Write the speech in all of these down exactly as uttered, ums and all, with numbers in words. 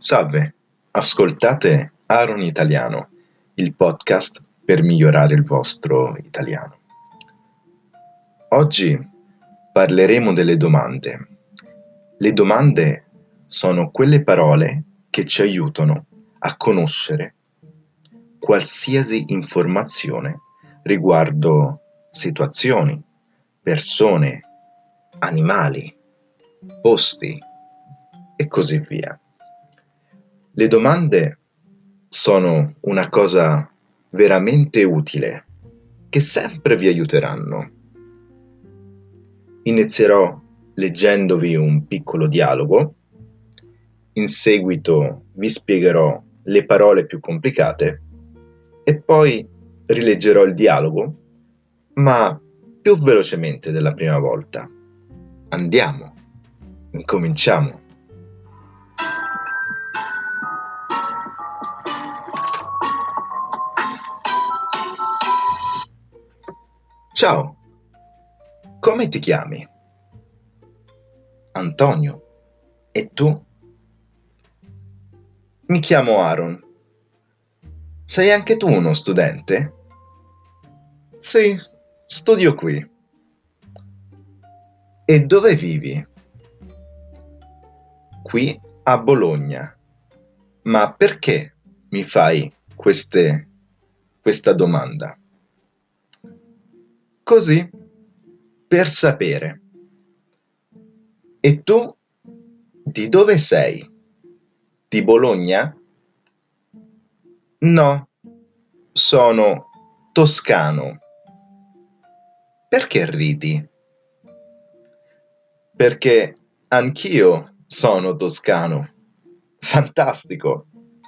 Salve, ascoltate Aaron Italiano, il podcast per migliorare il vostro italiano. Oggi parleremo delle domande. Le domande sono quelle parole che ci aiutano a conoscere qualsiasi informazione riguardo situazioni, persone, animali, posti e così via. Le domande sono una cosa veramente utile che sempre vi aiuteranno. Inizierò leggendovi un piccolo dialogo, in seguito vi spiegherò le parole più complicate e poi rileggerò il dialogo, ma più velocemente della prima volta. Andiamo, incominciamo. Ciao, come ti chiami? Antonio. E tu? Mi chiamo Aaron. Sei anche tu uno studente? Sì, studio qui. E dove vivi? Qui a Bologna. Ma perché mi fai queste, questa domanda? Così, per sapere. E tu di dove sei? Di Bologna? No, sono toscano. Perché ridi? Perché anch'io sono toscano. Fantastico!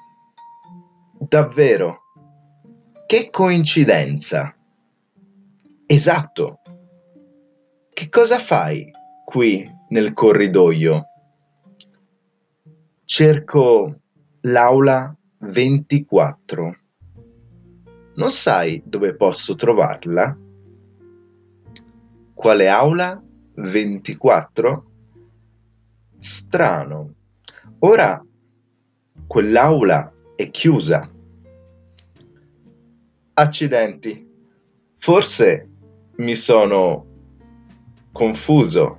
Davvero? Che coincidenza! Esatto! Che cosa fai qui nel corridoio? Cerco l'aula ventiquattro. Non sai dove posso trovarla? Quale aula? ventiquattro? Strano. Ora quell'aula è chiusa. Accidenti. Forse mi sono confuso.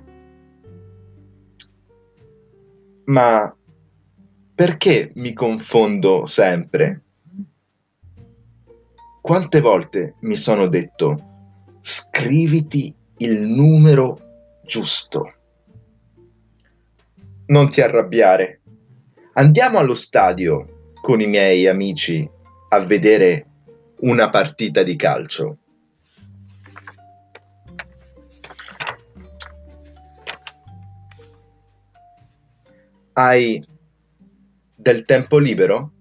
Ma perché mi confondo sempre? Quante volte mi sono detto scriviti il numero giusto? Non ti arrabbiare. Andiamo allo stadio con i miei amici a vedere una partita di calcio. Hai del tempo libero?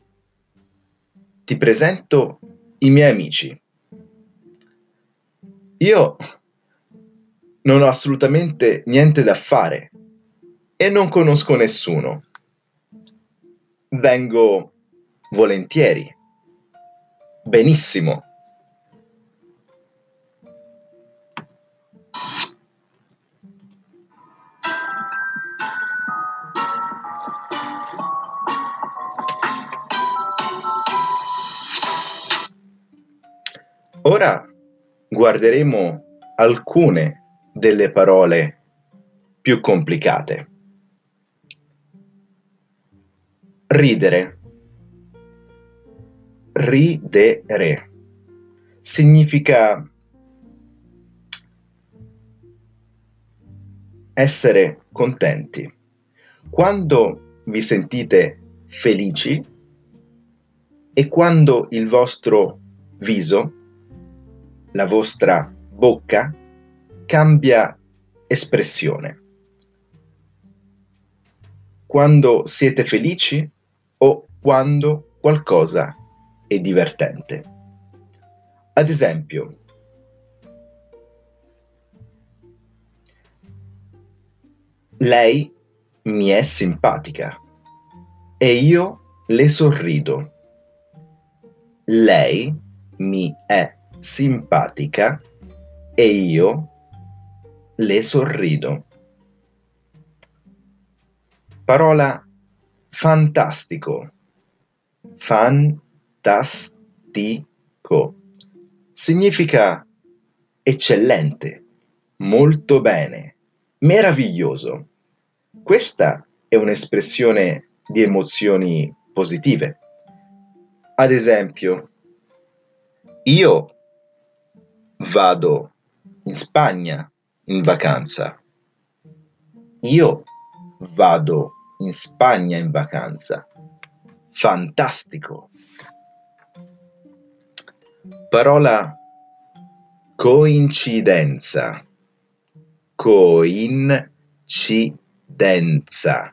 Ti presento i miei amici. Io non ho assolutamente niente da fare e non conosco nessuno. Vengo volentieri. Benissimo. Ora guarderemo alcune delle parole più complicate. Ridere. Ridere. Significa essere contenti. Quando vi sentite felici e quando il vostro viso, la vostra bocca, cambia espressione. Quando siete felici o quando qualcosa è divertente. Ad esempio, lei mi è simpatica e io le sorrido. Lei mi è simpatica e io le sorrido. Parola Fantastico. Fantastico. Significa eccellente, molto bene, meraviglioso. Questa è un'espressione di emozioni positive. Ad esempio, io vado in Spagna in vacanza. Io vado in Spagna in vacanza. Fantastico. Parola coincidenza. Coincidenza.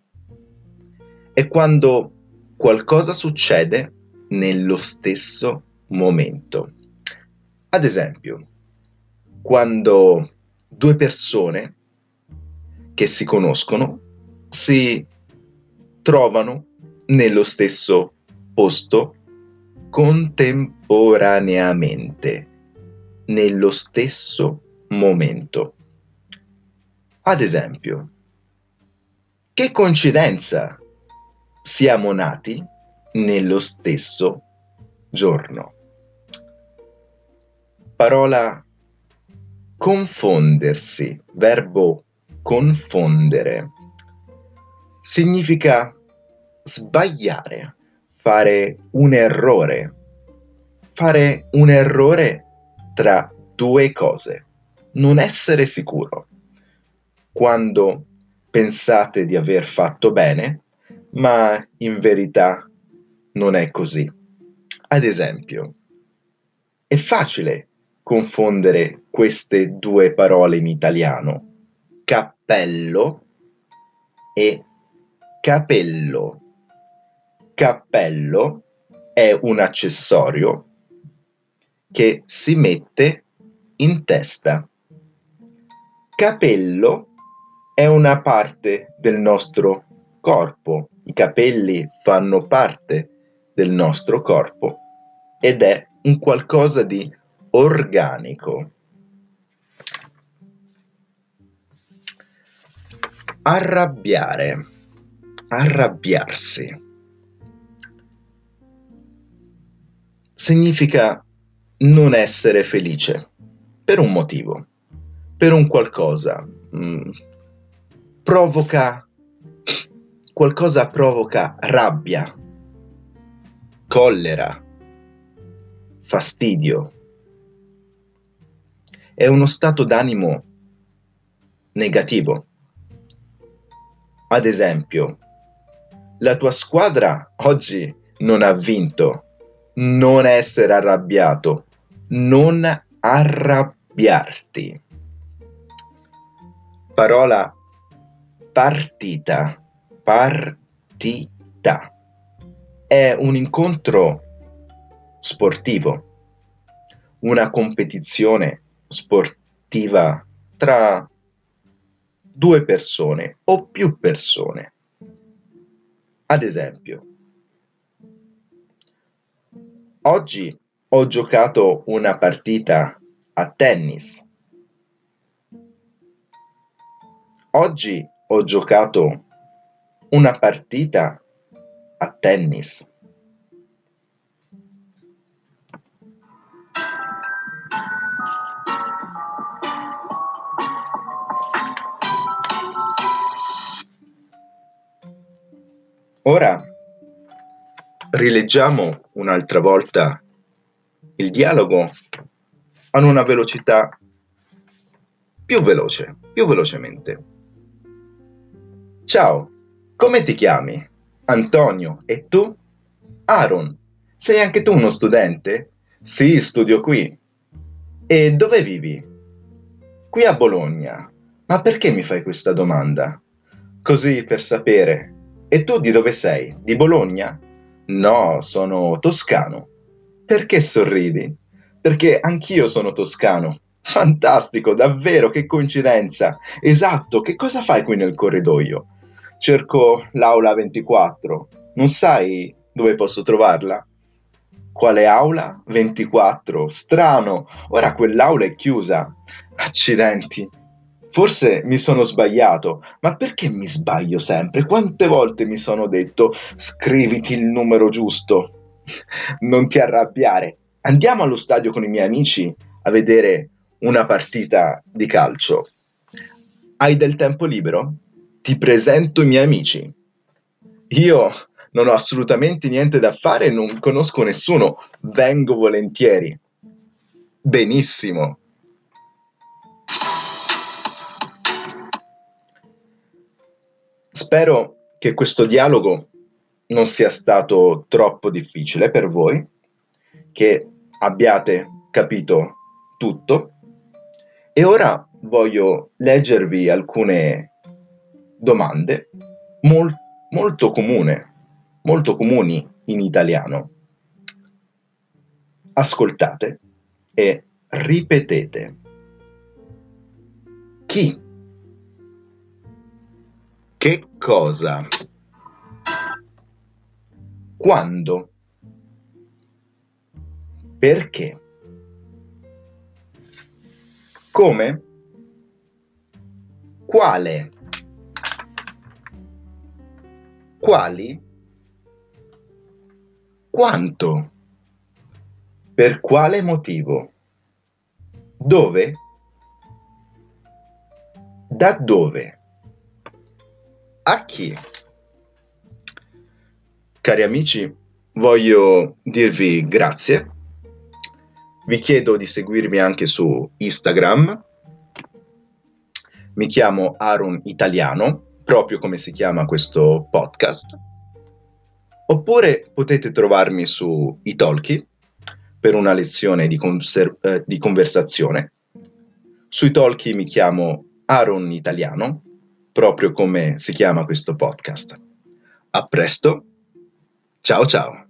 È quando qualcosa succede nello stesso momento. Ad esempio, quando due persone che si conoscono si trovano nello stesso posto contemporaneamente, nello stesso momento. Ad esempio, che coincidenza siamo nati nello stesso giorno. Parola confondersi, verbo confondere, significa sbagliare, fare un errore, fare un errore tra due cose, non essere sicuro. Quando pensate di aver fatto bene, ma in verità non è così. Ad esempio, è facile confondere queste due parole in italiano, cappello e capello. Cappello è un accessorio che si mette in testa. Capello è una parte del nostro corpo. I capelli fanno parte del nostro corpo ed è un qualcosa di organico. Arrabbiare, arrabbiarsi. Significa non essere felice per un motivo, per un qualcosa. Mm. Provoca, qualcosa provoca rabbia, collera, fastidio. È uno stato d'animo negativo. Ad esempio, la tua squadra oggi non ha vinto. Non essere arrabbiato, non arrabbiarti. Parola partita, partita. È un incontro sportivo, una competizione sportiva tra due persone o più persone. Ad esempio, oggi ho giocato una partita a tennis. Oggi ho giocato una partita a tennis. Ora rileggiamo un'altra volta il dialogo a una velocità più veloce, più velocemente. Ciao, come ti chiami? Antonio, e tu? Aaron, sei anche tu uno studente? Sì, studio qui. E dove vivi? Qui a Bologna. Ma perché mi fai questa domanda? Così per sapere. E tu di dove sei? Di Bologna? No, sono toscano. Perché sorridi? Perché anch'io sono toscano. Fantastico, davvero, che coincidenza. Esatto, che cosa fai qui nel corridoio? Cerco l'aula ventiquattro. Non sai dove posso trovarla? Quale aula? ventiquattro. Strano, ora quell'aula è chiusa. Accidenti. Forse mi sono sbagliato, ma perché mi sbaglio sempre? Quante volte mi sono detto scriviti il numero giusto? Non ti arrabbiare. Andiamo allo stadio con i miei amici a vedere una partita di calcio. Hai del tempo libero? Ti presento i miei amici. Io non ho assolutamente niente da fare e non conosco nessuno. Vengo volentieri. Benissimo. Spero che questo dialogo non sia stato troppo difficile per voi, che abbiate capito tutto. E ora voglio leggervi alcune domande mol- molto comune, molto comuni in italiano. Ascoltate e ripetete. Chi? Che cosa? Quando? Perché? Come? Quale? Quali? Quanto? Per quale motivo? Dove? Da dove? A chi? Cari amici, voglio dirvi grazie. Vi chiedo di seguirmi anche su Instagram. Mi chiamo Aaron Italiano, proprio come si chiama questo podcast. Oppure potete trovarmi su Italki per una lezione di, conser- eh, di conversazione. Su Italki mi chiamo Aaron Italiano, proprio come si chiama questo podcast. A presto, ciao ciao!